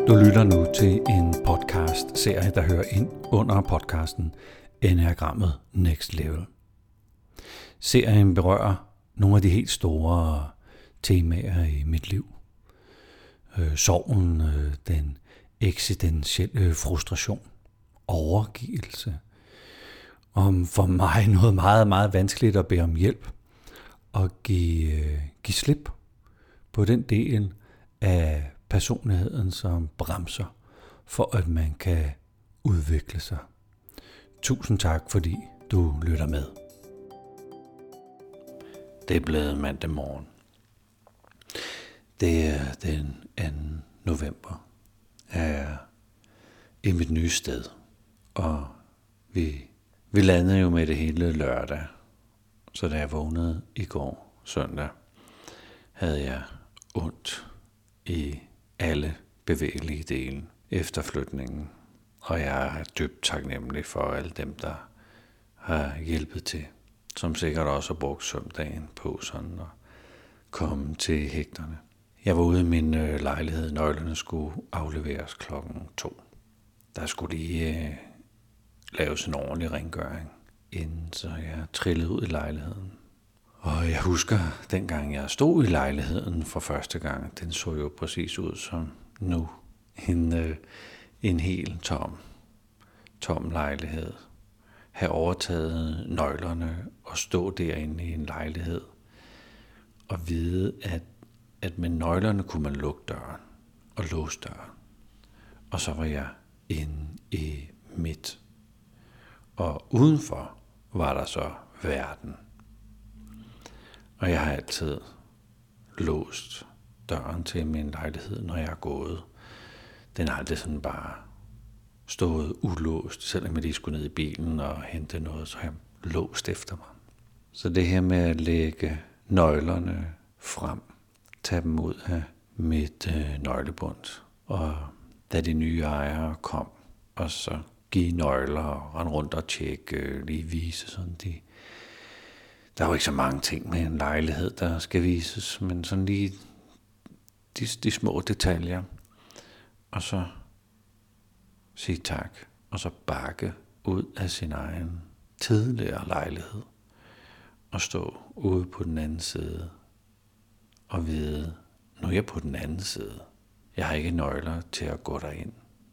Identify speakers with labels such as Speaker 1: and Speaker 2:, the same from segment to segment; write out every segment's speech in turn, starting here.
Speaker 1: Du lytter nu til en podcast-serie, der hører ind under podcasten Enneagrammet Next Level. Serien berører nogle af de helt store temaer i mit liv. Sorgen, den eksistentielle frustration, overgivelse. Om for mig noget meget, meget vanskeligt at bede om hjælp og give slip på den del af personligheden, som bremser for, at man kan udvikle sig. Tusind tak, fordi du lytter med. Det er blevet mandag morgen. Det er den 2. november. Jeg er i mit nye sted, og vi landede jo med det hele lørdag. Så da jeg vågnede i går søndag, havde jeg ondt i alle bevægelige dele efter flytningen. Og jeg er dybt taknemmelig for alle dem, der har hjulpet til, som sikkert også har brugt søndagen på sådan at komme til hægterne. Jeg var ude i min lejlighed. Nøglerne skulle afleveres 2:00. Der skulle lige laves en ordentlig rengøring, inden så jeg trillede ud i lejligheden. Og jeg husker, dengang jeg stod i lejligheden for første gang, den så jo præcis ud som nu. En helt tom lejlighed. Have overtaget nøglerne og stå derinde i en lejlighed. Og vide, at med nøglerne kunne man lukke døren og låse døren. Og så var jeg inde i mit. Og udenfor var der så verden. Og jeg har altid låst døren til min lejlighed, når jeg er gået. Den har aldrig sådan bare stået ulåst, selvom jeg lige skulle ned i bilen og hente noget, så har jeg låst efter mig. Så det her med at lægge nøglerne frem, tage dem ud af mit nøglebund, og da de nye ejere kom, og så give nøgler og rende rundt og tjekke, lige vise sådan de. Der er jo ikke så mange ting med en lejlighed, der skal vises, men sådan lige de små detaljer. Og så sige tak, og så bakke ud af sin egen tidligere lejlighed, og stå ude på den anden side, og vide, nu er jeg på den anden side. Jeg har ikke nøgler til at gå derind.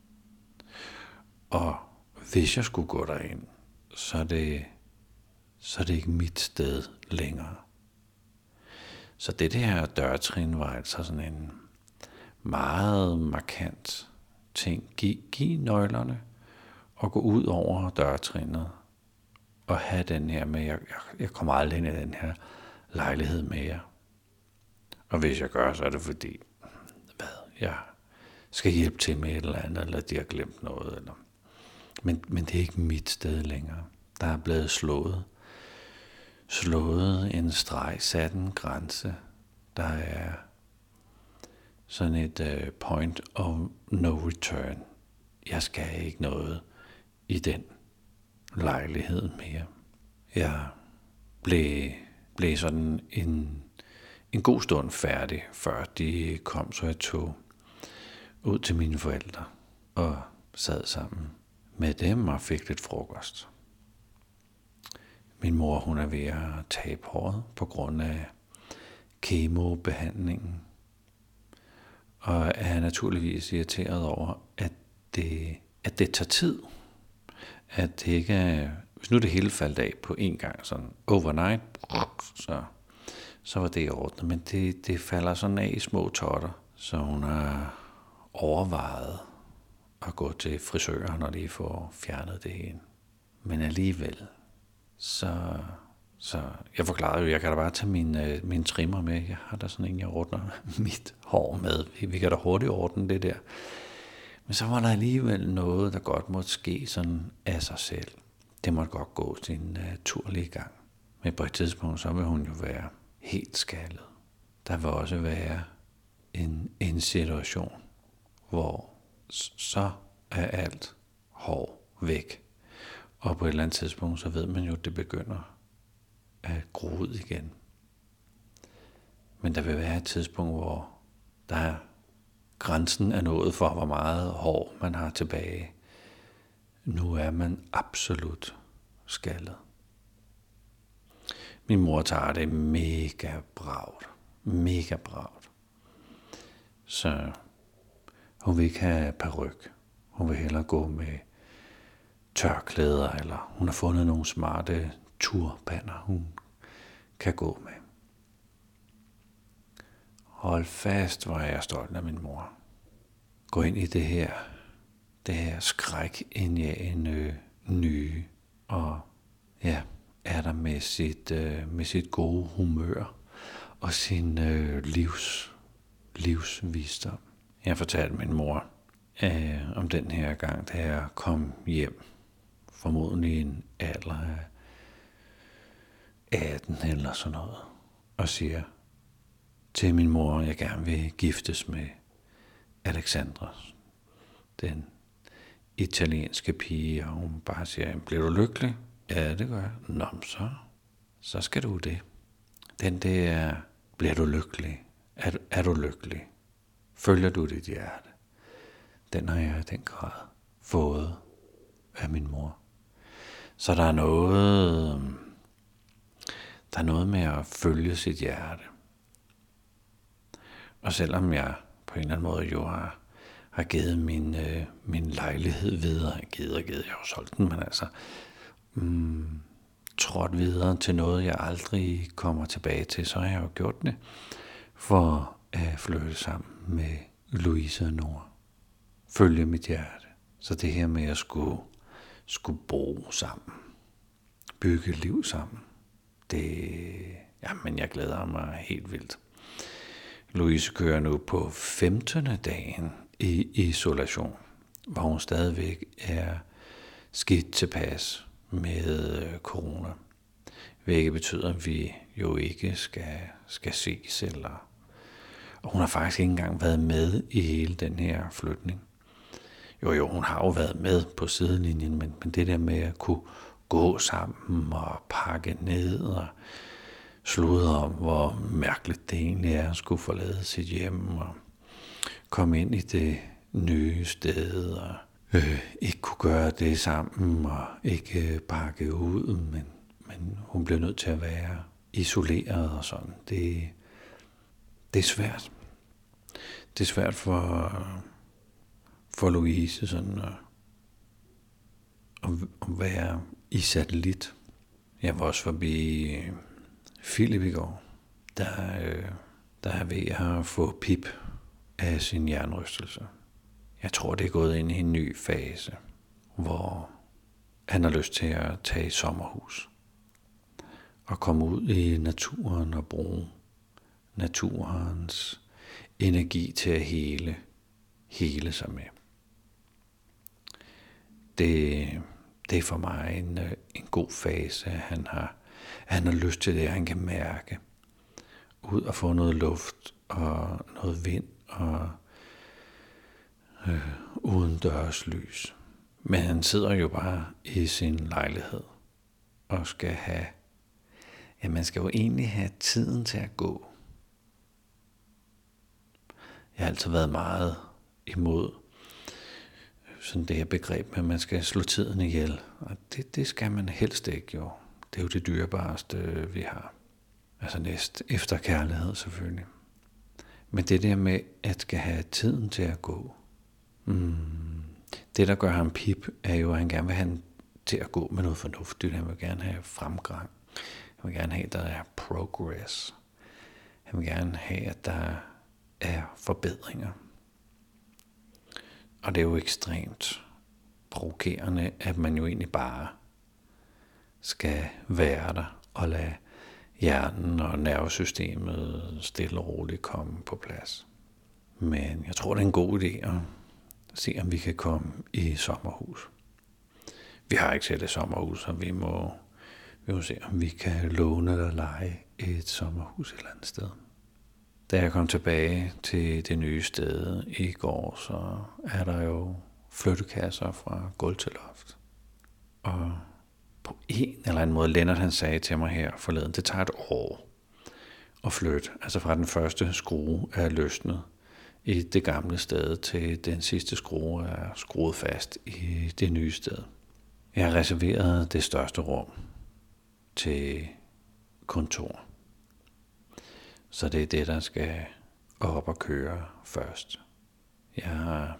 Speaker 1: Og hvis jeg skulle gå derind, så er det ikke mit sted længere. Så det her dørtrin var altså sådan en meget markant ting. Giv nøglerne og gå ud over dørtrinet og have den her med, jeg kommer aldrig ind i den her lejlighed med jer. Og hvis jeg gør, så er det fordi, jeg skal hjælpe til med et eller andet, eller de har glemt noget. Eller. Men det er ikke mit sted længere. Der er blevet slået en streg, sat en grænse. Der er sådan et point of no return. Jeg skal ikke noget i den lejlighed mere. Jeg blev sådan en god stund færdig, før de kom, så jeg tog ud til mine forældre og sad sammen med dem og fik lidt frokost. Min mor, hun er ved at tabe håret på grund af kemobehandlingen. Og er naturligvis irriteret over, at det tager tid. At det ikke er, hvis nu det hele faldt af på en gang, sådan overnight, så var det ordnet. Men det falder sådan af i små totter, så hun har overvejet at gå til frisøren og lige få fjernet det hele. Men alligevel, så jeg forklarede jo, jeg kan da bare tage min trimmer med. Jeg har da sådan en, jeg ordner mit hår med. Vi kan da hurtigt ordne det der. Men så var der alligevel noget, der godt måtte ske sådan af sig selv. Det måtte godt gå sin naturlige gang. Men på et tidspunkt, så vil hun jo være helt skaldet. Der vil også være en situation, hvor så er alt hår væk. Og på et eller andet tidspunkt, så ved man jo, at det begynder at gro ud igen. Men der vil være et tidspunkt, hvor der grænsen er nået for, hvor meget hår man har tilbage. Nu er man absolut skaldet. Min mor tager det mega bravt. Så hun vil ikke have paryk. Hun vil hellere gå med tørklæder, eller hun har fundet nogle smarte turbaner, hun kan gå med. Hold fast, hvor er jeg stolt af min mor. Gå ind i det her skrækindjagende nye, og ja, er der med sit gode humør og sin livsvisdom. Jeg fortalte min mor om den her gang, da jeg kom hjem, formodentlig i en alder af 18 eller sådan noget, og siger til min mor, at jeg gerne vil giftes med Alexandra, den italienske pige, og hun bare siger, bliver du lykkelig? Ja, det gør jeg. Nå, så skal du det. Den der, bliver du lykkelig? Er du lykkelig? Følger du dit hjerte? Den har jeg i den grad fået af min mor. Så der er noget med at følge sit hjerte. Og selvom jeg på en eller anden måde jo har givet min lejlighed videre, jeg har jo solgt den, men altså trådt videre til noget, jeg aldrig kommer tilbage til, så har jeg jo gjort det for at flytte sammen med Louise og Nora. Følge mit hjerte. Så det her med at skulle bo sammen, bygge liv sammen, men jeg glæder mig helt vildt. Louise kører nu på 15. dagen i isolation, hvor hun stadigvæk er skidt tilpas med corona. Hvilket betyder, at vi jo ikke skal ses. Og hun har faktisk ikke engang været med i hele den her flytning. Jo, hun har jo været med på sidelinjen, men det der med at kunne gå sammen og pakke ned og sludre om, hvor mærkeligt det egentlig er at skulle forlade sit hjem og komme ind i det nye sted og ikke kunne gøre det sammen og ikke pakke ud, men hun blev nødt til at være isoleret og sådan. Det er svært. Det er svært for Louise sådan at være i satellit. Jeg var også forbi Philip i går, der er ved at få pip af sin hjernerystelse. Jeg tror, det er gået ind i en ny fase, hvor han har lyst til at tage i sommerhus og komme ud i naturen og bruge naturens energi til at hele sig med. Det er for mig en god fase, han har lyst til det, han kan mærke. Ud og få noget luft og noget vind og uden dørs lys. Men han sidder jo bare i sin lejlighed og skal man skal jo egentlig have tiden til at gå. Jeg har altid været meget imod sådan det her begreb med, at man skal slå tiden ihjel. Og det skal man helst ikke jo. Det er jo det dyrebareste, vi har. Altså næst efter kærlighed selvfølgelig. Men det der med, at skal have tiden til at gå. Det, der gør ham pip, er jo, at han gerne vil have til at gå med noget fornuftigt. Han vil gerne have fremgang. Han vil gerne have, at der er progress. Han vil gerne have, at der er forbedringer. Og det er jo ekstremt provokerende, at man jo egentlig bare skal være der og lade hjernen og nervesystemet stille og roligt komme på plads. Men jeg tror, det er en god idé at se, om vi kan komme i sommerhus. Vi har ikke selv et sommerhus, så vi må se, om vi kan låne eller leje et sommerhus et eller andet sted. Da jeg kom tilbage til det nye sted i går, så er der jo flyttekasser fra gulv til loft. Og på en eller anden måde, Lennart han sagde til mig her forleden, det tager et år at flytte. Altså fra den første skrue er løsnet, i det gamle sted, til den sidste skrue er skruet fast i det nye sted. Jeg har reserveret det største rum til kontor. Så det er det, der skal op og køre først. Jeg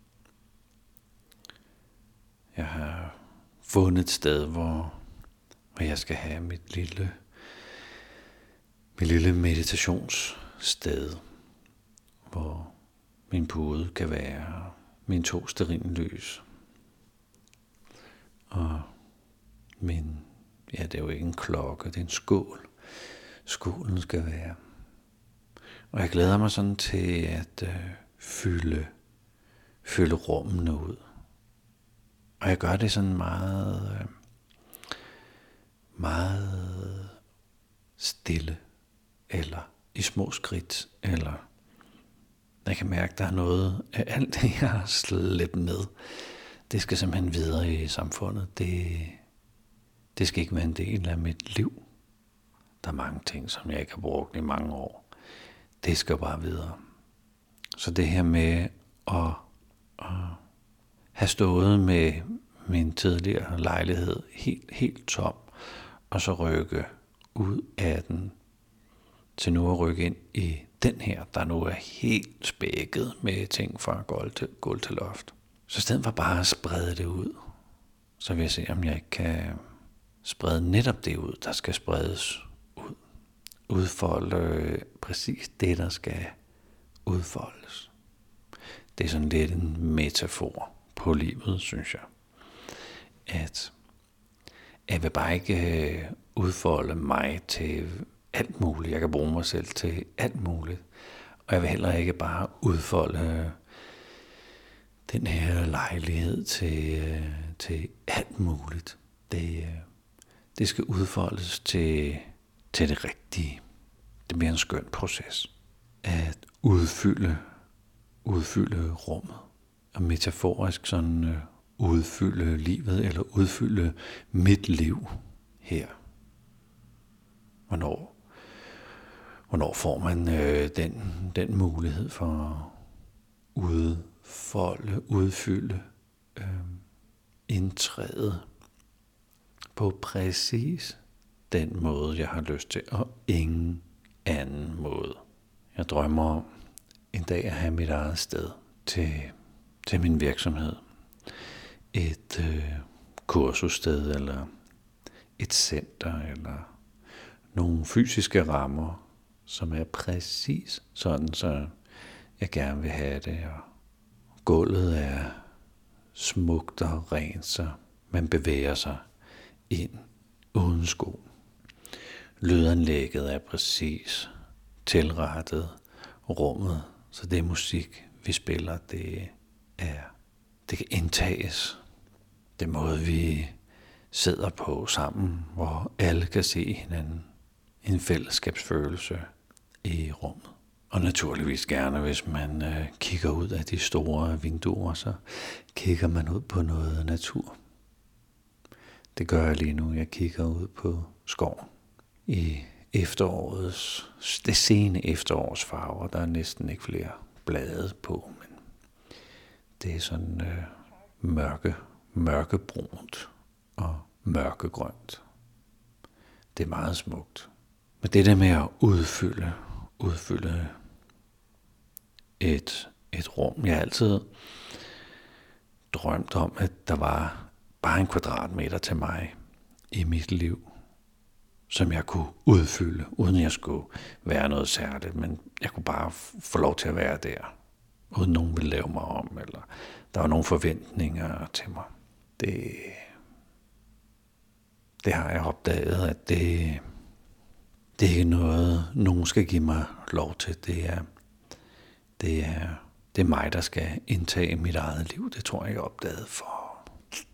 Speaker 1: har fundet et sted, hvor jeg skal have mit lille meditationssted, hvor min pude kan være mine 2 stearinlys. Og det er jo ikke en klokke, det er en skål. Skålen skal være. Og jeg glæder mig sådan til at fylde rummene ud. Og jeg gør det sådan meget stille, eller i små skridt, eller jeg kan mærke, at der er noget af alt det, jeg har slæbt med. Det skal simpelthen videre i samfundet. Det skal ikke være en del af mit liv. Der er mange ting, som jeg ikke har brugt i mange år. Det skal bare videre. Så det her med at have stået med min tidligere lejlighed helt tom, og så rykke ud af den, til nu at rykke ind i den her, der nu er helt spækket med ting fra gulv til loft. Så i stedet for bare at sprede det ud, så vil jeg se, om jeg ikke kan sprede netop det ud, der skal spredes ud. Udfolde præcis det, der skal udfoldes. Det er sådan lidt en metafor på livet, synes jeg. At jeg vil bare ikke udfolde mig til alt muligt. Jeg kan bruge mig selv til alt muligt. Og jeg vil heller ikke bare udfolde den her lejlighed til alt muligt. Det skal udfoldes til det rigtige. Det bliver en skøn proces at udfylde rummet. Og metaforisk sådan udfylde livet, eller udfylde mit liv her. Hvornår får man den mulighed for at udfylde, indtræde på præcis den måde, jeg har lyst til, og ingen anden måde. Jeg drømmer om en dag at have mit eget sted til min virksomhed. Et kursussted, eller et center, eller nogle fysiske rammer, som er præcis sådan, så jeg gerne vil have det. Og gulvet er smukt og rent, så man bevæger sig ind uden sko. Lydanlægget er præcis tilrettet rummet, så det musik, vi spiller, det kan indtages. Det måde, vi sidder på sammen, hvor alle kan se hinanden. En fællesskabsfølelse i rummet. Og naturligvis gerne, hvis man kigger ud af de store vinduer, så kigger man ud på noget natur. Det gør jeg lige nu. Jeg kigger ud på skoven. I det sene efterårs farver. Der er næsten ikke flere blade på, men det er sådan mørkebrunt og mørkegrønt. Det er meget smukt. Men det der med at udfylde et rum. Jeg har altid drømt om, at der var bare 1 kvadratmeter til mig i mit liv, som jeg kunne udfylde, uden jeg skulle være noget særligt, men jeg kunne bare få lov til at være der, uden nogen ville lave mig om, eller der var nogle forventninger til mig. Det har jeg opdaget, at det er ikke noget, nogen skal give mig lov til. Det er mig, der skal indtage mit eget liv. Det tror jeg opdagede for,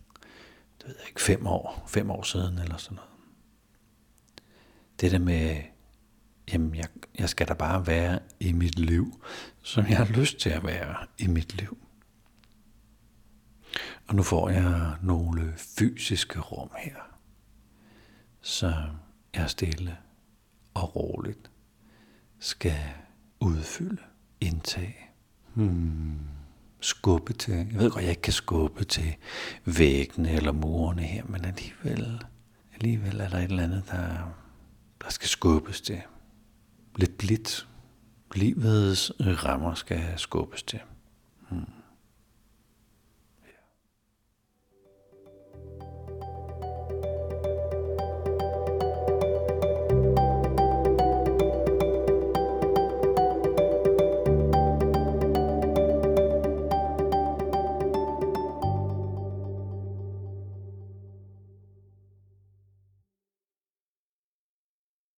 Speaker 1: 5 år siden, eller sådan noget. Det der med, jamen jeg skal da bare være i mit liv, som jeg har lyst til at være i mit liv. Og nu får jeg nogle fysiske rum her, så jeg stille og roligt skal udfylde, indtage skubbe til. Jeg ved godt, jeg ikke kan skubbe til væggene eller murene her, men alligevel er der et eller andet, der skal skubbes til. Lidt blidt. Livets rammer skal skubbes til.